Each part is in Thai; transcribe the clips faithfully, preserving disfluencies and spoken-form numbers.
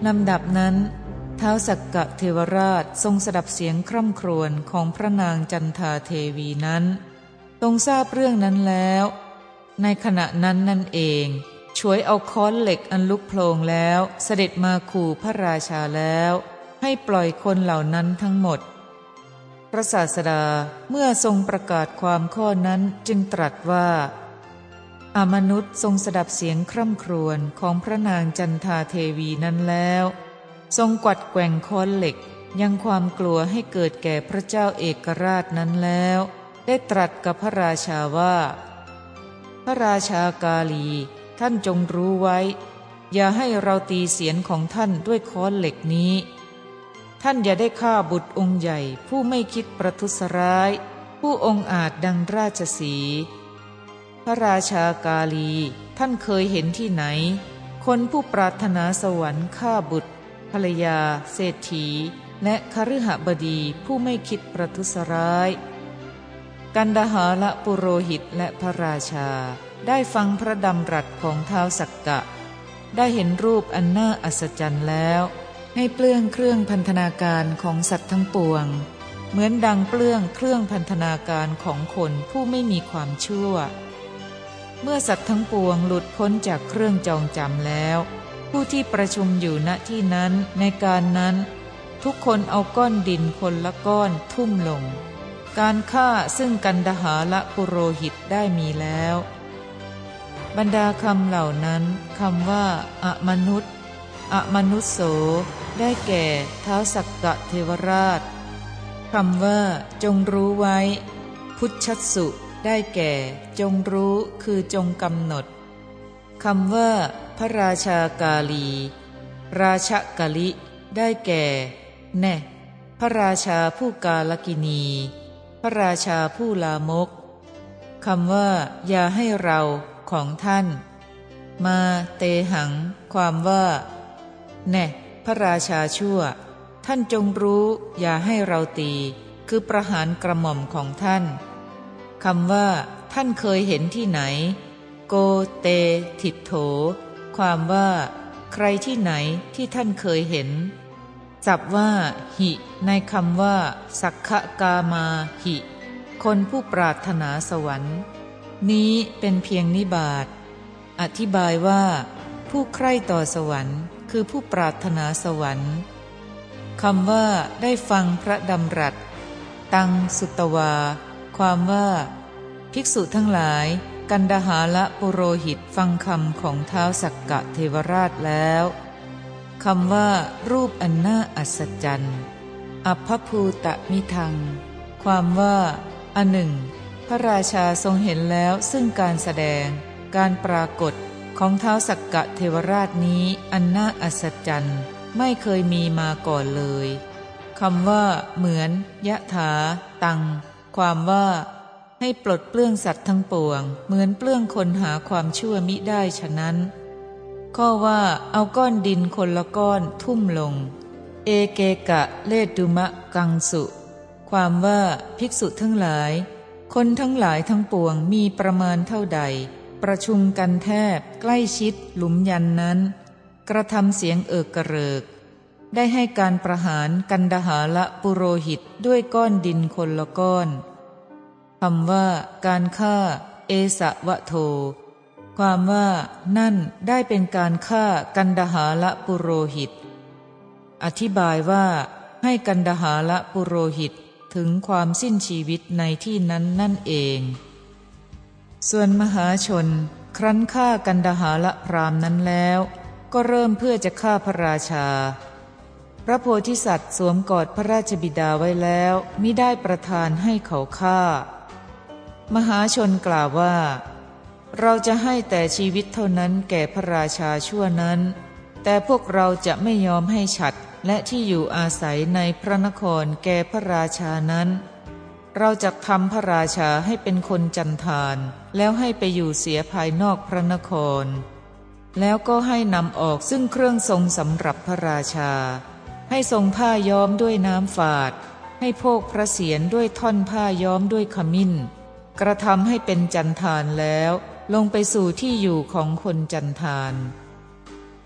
ลำดับนั้นท้าวสักกะเทวราชทรงสดับเสียงคร่ำครวญของพระนางจันทาเทวีนั้นทรงทราบเรื่องนั้นแล้วในขณะนั้นนั่นเองฉวยเอาค้อนเหล็กอันลุกโผลงแล้วเสด็จมาขู่พระราชาแล้วให้ปล่อยคนเหล่านั้นทั้งหมดพระศาสดาเมื่อทรงประกาศความข้อนั้นจึงตรัสว่าอมนุษย์ทรงสดับเสียงคร่ำครวญของพระนางจันทาเทวีนั้นแล้วทรงกวัดแกว่งค้อนเหล็กยังความกลัวให้เกิดแก่พระเจ้าเอกราชนั้นแล้วได้ตรัสกับพระราชาว่าพระราชากาลีท่านจงรู้ไว้อย่าให้เราตีเสียนของท่านด้วยค้อนเหล็กนี้ท่านอย่าได้ฆ่าบุตรองค์ใหญ่ผู้ไม่คิดประทุษร้ายผู้องค์อาจดังราชสีห์พระราชากาลีท่านเคยเห็นที่ไหนคนผู้ปรารถนาสวรรค์ฆ่าบุตรภรรยาเศรษฐีและคฤหบดีผู้ไม่คิดประทุษร้ายกันดหาลปุโรหิตและพระราชาได้ฟังพระดำรัสของท้าวสักกะได้เห็นรูปอันน่าอัศจรรย์แล้วให้เปลื้องเครื่องพันธนาการของสัตว์ทั้งปวงเหมือนดังเปลื้องเครื่องพันธนาการของคนผู้ไม่มีความชั่วเมื่อสัตว์ทั้งปวงหลุดพ้นจากเครื่องจองจำแล้วผู้ที่ประชุมอยู่ณที่นั้นในการนั้นทุกคนเอาก้อนดินคนละก้อนทุ่มลงการฆ่าซึ่งกันดหาลปุโรหิตได้มีแล้วบรรดาคำเหล่านั้นคำว่าอมนุษย์อมนุสโสได้แก่ท้าวสักกะเทวราชคำว่าจงรู้ไว้พุทธัสสุได้แก่จงรู้คือจงกำหนดคำว่าพระราชากาลีราชกะลิได้แก่แน่พระราชาผู้กาลกินีพระราชาผู้ลามกคำว่าอย่าให้เราของท่านมาเตหังความว่าแน่พระราชาชั่วท่านจงรู้อย่าให้เราตีคือประหารกระหม่อมของท่านคำว่าท่านเคยเห็นที่ไหนโกเตทิโถความว่าใครที่ไหนที่ท่านเคยเห็นศัพท์ว่าหิในคำว่าสักขกามาหิคนผู้ปรารถนาสวรรค์นี้เป็นเพียงนิบาตอธิบายว่าผู้ใคร่ต่อสวรรค์คือผู้ปรารถนาสวรรค์คำว่าได้ฟังพระดำรัสตังสุตวาความว่าภิกษุทั้งหลายกันดหาลปุโรหิตฟังคำของท้าวสักกะเทวราชแล้วคำว่ารูปอันน่าอัศจรรย์อัพภูตมิทังความว่าอันหนึ่งพระราชาทรงเห็นแล้วซึ่งการแสดงการปรากฏของท้าวสักกะเทวราชนี้อันน่าอัศจรรย์ไม่เคยมีมาก่อนเลยคำว่าเหมือนยะถาตังความว่าให้ปลดเปลื้องสัตว์ทั้งปวงเหมือนเปลื้องคนหาความชั่วมิได้ฉะนั้นข้อว่าเอาก้อนดินคนละก้อนทุ่มลงเอเกกะเลดุมะกังสุความว่าภิกษุทั้งหลายคนทั้งหลายทั้งปวงมีประมาณเท่าใดประชุมกันแทบใกล้ชิดหลุมยันนั้นกระทำเสียงเอิกกระเริกได้ให้การประหารกันดหาลปุโรหิตด้วยก้อนดินคนละก้อนคำว่าการฆ่าเอสะวะโทความว่านั่นได้เป็นการฆ่ากันดหาลปุโรหิตอธิบายว่าให้กันดหาลปุโรหิตถึงความสิ้นชีวิตในที่นั้นนั่นเองส่วนมหาชนครั้นฆ่ากันดหาลพราหมณ์นั้นแล้วก็เริ่มเพื่อจะฆ่าพระราชาพระโพธิสัตว์สวมกอดพระราชบิดาไว้แล้วมิได้ประทานให้เขาฆ่ามหาชนกล่าวว่าเราจะให้แต่ชีวิตเท่านั้นแก่พระราชาชั่วนั้นแต่พวกเราจะไม่ยอมให้ฉัตรและที่อยู่อาศัยในพระนครแก่พระราชานั้นเราจะทำพระราชาให้เป็นคนจันทานแล้วให้ไปอยู่เสียภายนอกพระนครแล้วก็ให้นำออกซึ่งเครื่องทรงสำหรับพระราชาให้ทรงผ้าย้อมด้วยน้ำฝาดให้โพกพระเศียรด้วยท่อนผ้าย้อมด้วยขมิ้นกระทำให้เป็นจันทานแล้วลงไปสู่ที่อยู่ของคนจันทาน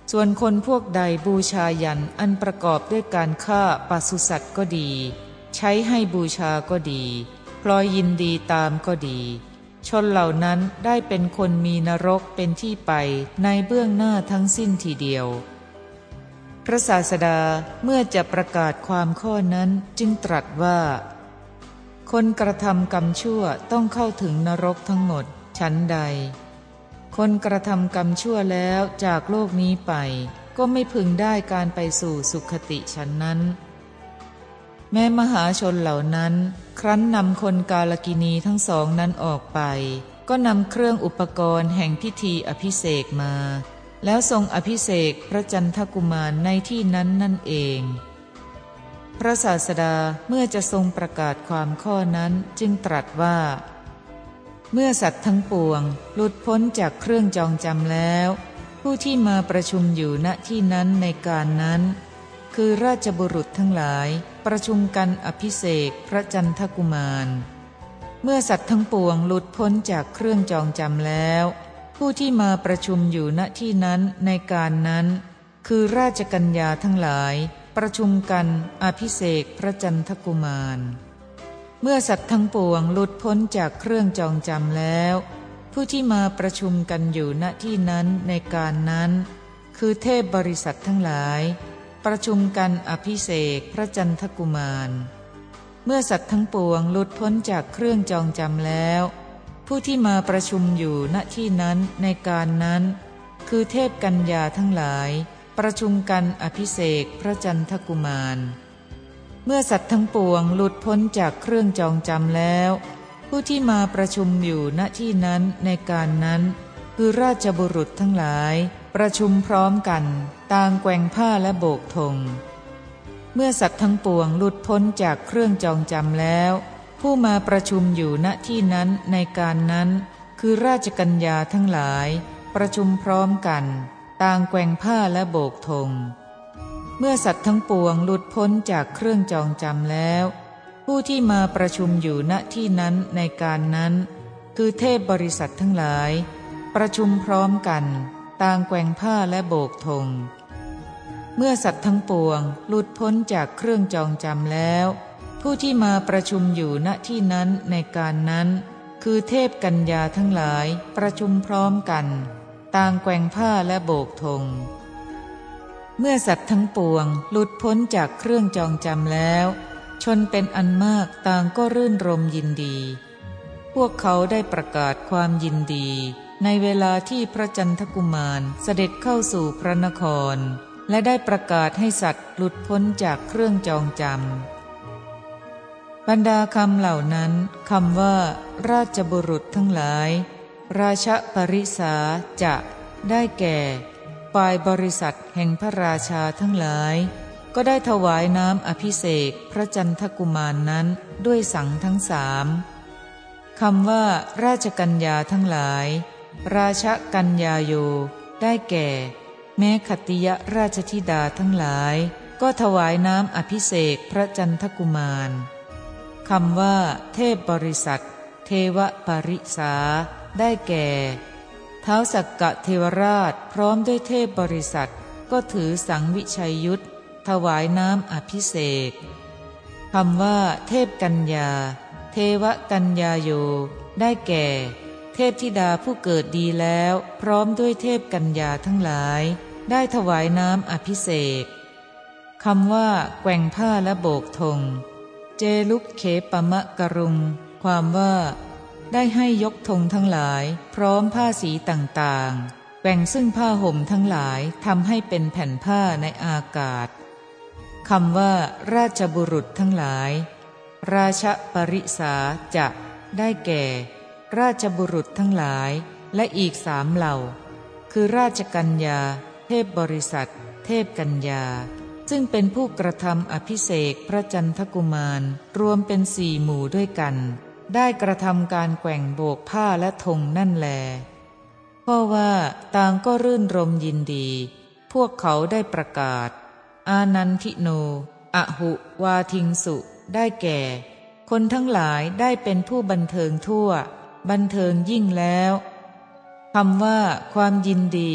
ส่วนคนพวกใดบูชายัญอันประกอบด้วยการฆ่าปศุสัตว์ก็ดีใช้ให้บูชาก็ดีพลอยยินดีตามก็ดีชนเหล่านั้นได้เป็นคนมีนรกเป็นที่ไปในเบื้องหน้าทั้งสิ้นทีเดียวพระศาสดาเมื่อจะประกาศความข้อนั้นจึงตรัสว่าคนกระทำกรรมชั่วต้องเข้าถึงนรกทั้งหมดชั้นใดคนกระทำกรรมชั่วแล้วจากโลกนี้ไปก็ไม่พึงได้การไปสู่สุคติชั้นนั้นแม้มหาชนเหล่านั้นครั้นนำคนกาลกินีทั้งสองนั้นออกไปก็นำเครื่องอุปกรณ์แห่งพิธีอภิเษกมาแล้วทรงอภิเษกพระจันทกุมารในที่นั้นนั่นเองพระศาสดาเมื่อจะทรงประกาศความข้อนั้นจึงตรัสว่าเมื่อสัตว์ทั้งปวงหลุดพ้นจากเครื่องจองจำแล้วผู้ที่มาประชุมอยู่ณที่นั้นในการนั้นคือราชบุรุษทั้งหลายประชุมกันอภิเษกพระจันทกุมารเมื่อสัตว์ทั้งปวงหลุดพ้นจากเครื่องจองจำแล้วผู้ที่มาประชุมอยู่ณที่นั้นในการนั้นคือราชกัญญาทั้งหลายประชุมกันอภิเษกพระจันทกุมารเมื่อสัตว์ทั้งปวงหลุดพ้นจากเครื่องจองจำแล้วผู้ที่มาประชุมกันอยู่ณที่นั้นในการนั้นคือเทพบริษัททั้งหลายประชุมกันอภิเษกพระจันทกุมารเมื่อสัตว์ทั้งปวงหลุดพ้นจากเครื่องจองจำแล้วผู้ที่มาประชุมอยู่ณที่นั้นในการนั้นคือเทพกัญญาทั้งหลายประชุมกันอภิเษกพระจันทกุมารเมื่อสัตว์ทั้งปวงหลุดพ้นจากเครื่องจองจำแล้วผู้ที่มาประชุมอยู่ณที่นั้นในการนั้นคือราชบุรุษทั้งหลายประชุมพร้อมกันต่างแกว่งผ้าและโบกธงเมื่อสัตว์ทั้งปวงหลุดพ้นจากเครื่องจองจำแล้วผู้มาประชุมอยู่ณที่นั้นในการนั้นคือราชกัญญาทั้งหลายประชุมพร้อมกันต่างแกว่งผ้าและโบกธงเมื่อสัตว์ทั้งปวงหลุดพ้นจากเครื่องจองจำแล้วผู้ที่มาประชุมอยู่ณที่นั้นในการนั้นคือเทพบริษัททั้งหลายประชุมพร้อมกันต่างแกว่งผ้าและโบกธงเมื่อสัตว์ทั้งปวงหลุดพ้นจากเครื่องจองจำแล้วผู้ที่มาประชุมอยู่ณที่นั้นในการนั้นคือเทพกัญญาทั้งหลายประชุมพร้อมกันต่างแกว่งผ้าและโบกธงเมื่อสัตว์ทั้งปวงหลุดพ้นจากเครื่องจองจำแล้วชนเป็นอันมากต่างก็รื่นรมยินดีพวกเขาได้ประกาศความยินดีในเวลาที่พระจันทกุมารเสด็จเข้าสู่พระนครและได้ประกาศให้สัตว์หลุดพ้นจากเครื่องจองจำบรรดาคำเหล่านั้นคำว่าราชบุรุษทั้งหลายราชปริสาจะได้แก่ฝ่ายบริษัทแห่งพระราชาทั้งหลายก็ได้ถวายน้ำอภิเษกพระจันทกุมารนั้นด้วยสังทั้งสามคำว่าราชกัญญาทั้งหลายราชกัญญาโยได้แก่แม้ขัตติยราชธิดาทั้งหลายก็ถวายน้ำอภิเษกพระจันทกุมารคำว่าเทพบริษัทเทวปริสาได้แก่ท้าวสักกะเทวราชพร้อมด้วยเทพบริษัทก็ถือสังวิชัยยุทธถวายน้ำอภิเษกคำว่าเทพกัญญาเทวกัญญาโยได้แก่เทพธิดาผู้เกิดดีแล้วพร้อมด้วยเทพกัญญาทั้งหลายได้ถวายน้ำอภิเษกคำว่าแกว่งผ้าและโบกธงเจลุกเขปมะกรุงความว่าได้ให้ยกธงทั้งหลายพร้อมผ้าสีต่างๆแกว่งซึ่งผ้าห่มทั้งหลายทำให้เป็นแผ่นผ้าในอากาศคำว่าราชบุรุษทั้งหลายราชปริสาจะได้แก่ราชบุรุษทั้งหลายและอีกสามเหล่าคือราชกัญญาเทพบริษัทเทพกัญญาซึ่งเป็นผู้กระทำอภิเษกพระจันทกุมารรวมเป็นสี่หมู่ด้วยกันได้กระทำการแกว่งโบกผ้าและธงนั่นแลเพราะว่าต่างก็รื่นรมยินดีพวกเขาได้ประกาศอานันทิโนอหุวาทิงสุได้แก่คนทั้งหลายได้เป็นผู้บันเทิงทั่วบันเทิงยิ่งแล้วคำว่าความยินดี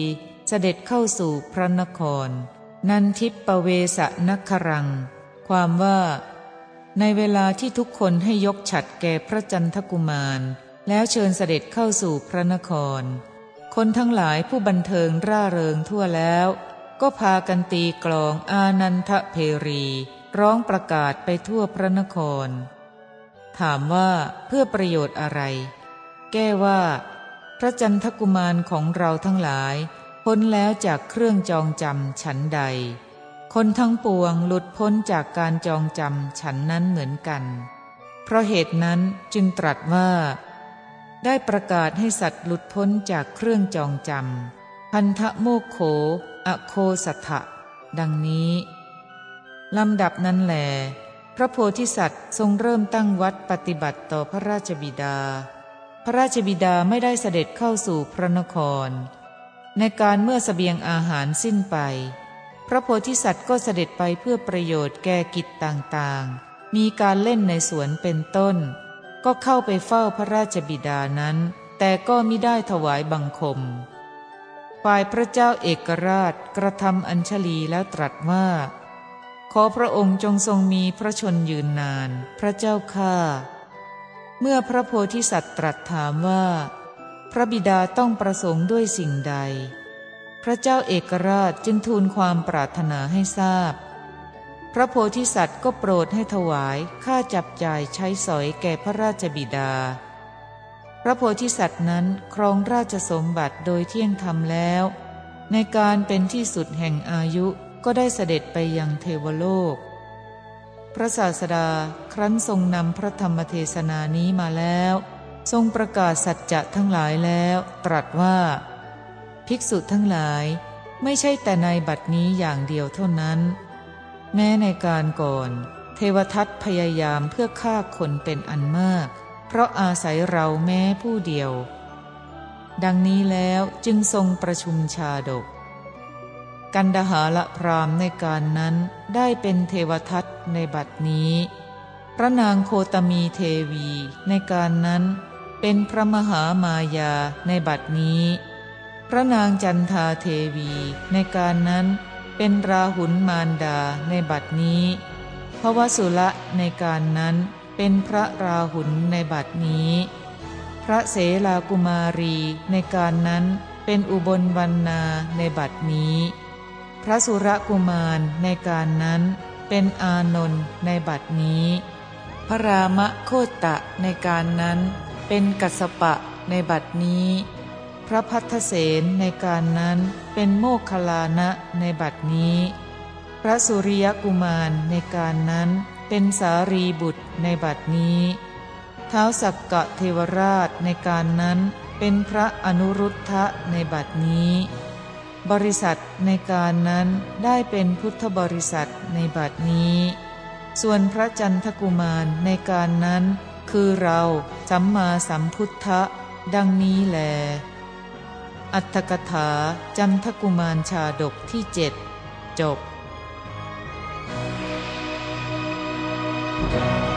เสด็จเข้าสู่พระนครนันทิปเวสนครังความว่าในเวลาที่ทุกคนให้ยกฉัตรแก่พระจันทกุมารแล้วเชิญเสด็จเข้าสู่พระนครคนทั้งหลายผู้บันเทิงร่าเริงทั่วแล้วก็พากันตีกลองอานันทเพรีร้องประกาศไปทั่วพระนครถามว่าเพื่อประโยชน์อะไรแก้ว่าพระจันทกุมารของเราทั้งหลายพ้นแล้วจากเครื่องจองจำฉันใดคนทั้งปวงหลุดพ้นจากการจองจำฉันนั้นเหมือนกันเพราะเหตุนั้นจึงตรัสว่าได้ประกาศให้สัตว์หลุดพ้นจากเครื่องจองจำพันธโมกโขอโคสัทธะดังนี้ลำดับนั้นแลพระโพธิสัตว์ทรงเริ่มตั้งวัดปฏิบัติต่อพระราชบิดาพระราชบิดาไม่ได้เสด็จเข้าสู่พระนครในการเมื่อเสบียงอาหารสิ้นไปพระโพธิสัตว์ก็เสด็จไปเพื่อประโยชน์แก่กิจต่างๆมีการเล่นในสวนเป็นต้นก็เข้าไปเฝ้าพระราชบิดานั้นแต่ก็มิได้ถวายบังคมฝ่ายพระเจ้าเอกราชกระทำอัญชลีแล้วตรัสว่าขอพระองค์จงทรงมีพระชนยืนนานพระเจ้าข้าเมื่อพระโพธิสัตว์ตรัสถามว่าพระบิดาต้องประสงค์ด้วยสิ่งใดพระเจ้าเอกราชจึงทูลความปรารถนาให้ทราบพระโพธิสัตว์ก็โปรดให้ถวายค่าจับจ่ายใช้สอยแก่พระราชบิดาพระโพธิสัตว์นั้นครองราชสมบัติโดยเที่ยงธรรมแล้วในการเป็นที่สุดแห่งอายุก็ได้เสด็จไปยังเทวโลกพระศาสดาครั้นทรงนำพระธรรมเทศนานี้มาแล้วทรงประกาศสัจจะทั้งหลายแล้วตรัสว่าภิกษุทั้งหลายไม่ใช่แต่ในบัดนี้อย่างเดียวเท่านั้นแม้ในการก่อนเทวทัตพยายามเพื่อฆ่าคนเป็นอันมากเพราะอาศัยเราแม้ผู้เดียวดังนี้แล้วจึงทรงประชุมชาดกกันดหาละพราหมณ์ในการนั้นได้เป็นเทวทัตในบัดนี้พระนางโคตมีเทวีในการนั้นเป็นพระมหามายาในบัดนี้พระนางจันทาเทวีในการนั้นเป็นราหุลมารดาในบัดนี้พระวสุละในการนั้นเป็นพระราหุลในบัดนี้พระเสลากุมารีในการนั้นเป็นอุบลวรรณาในบัดนี้พระสุรกุมารในการนั้นเป็นอานนท์ในบัดนี้พระรามโคตะในการนั้นเป็นกัสสปะในบัดนี้พระพัทธเสนในการนั้นเป็นโมคคัลลานะในบัดนี้พระสุริยกุมารในการนั้นเป็นสารีบุตรในบัดนี้ท้าวสักกะเทวราชในการนั้นเป็นพระอนุรุทธะในบัดนี้บริษัทในการนั้นได้เป็นพุทธบริษัทในบัดนี้ส่วนพระจันทกุมารในการนั้นคือเราสัมมาสัมพุทธะดังนี้แลอัตถกถาจันทกุมารชาดกที่เจ็ดจบ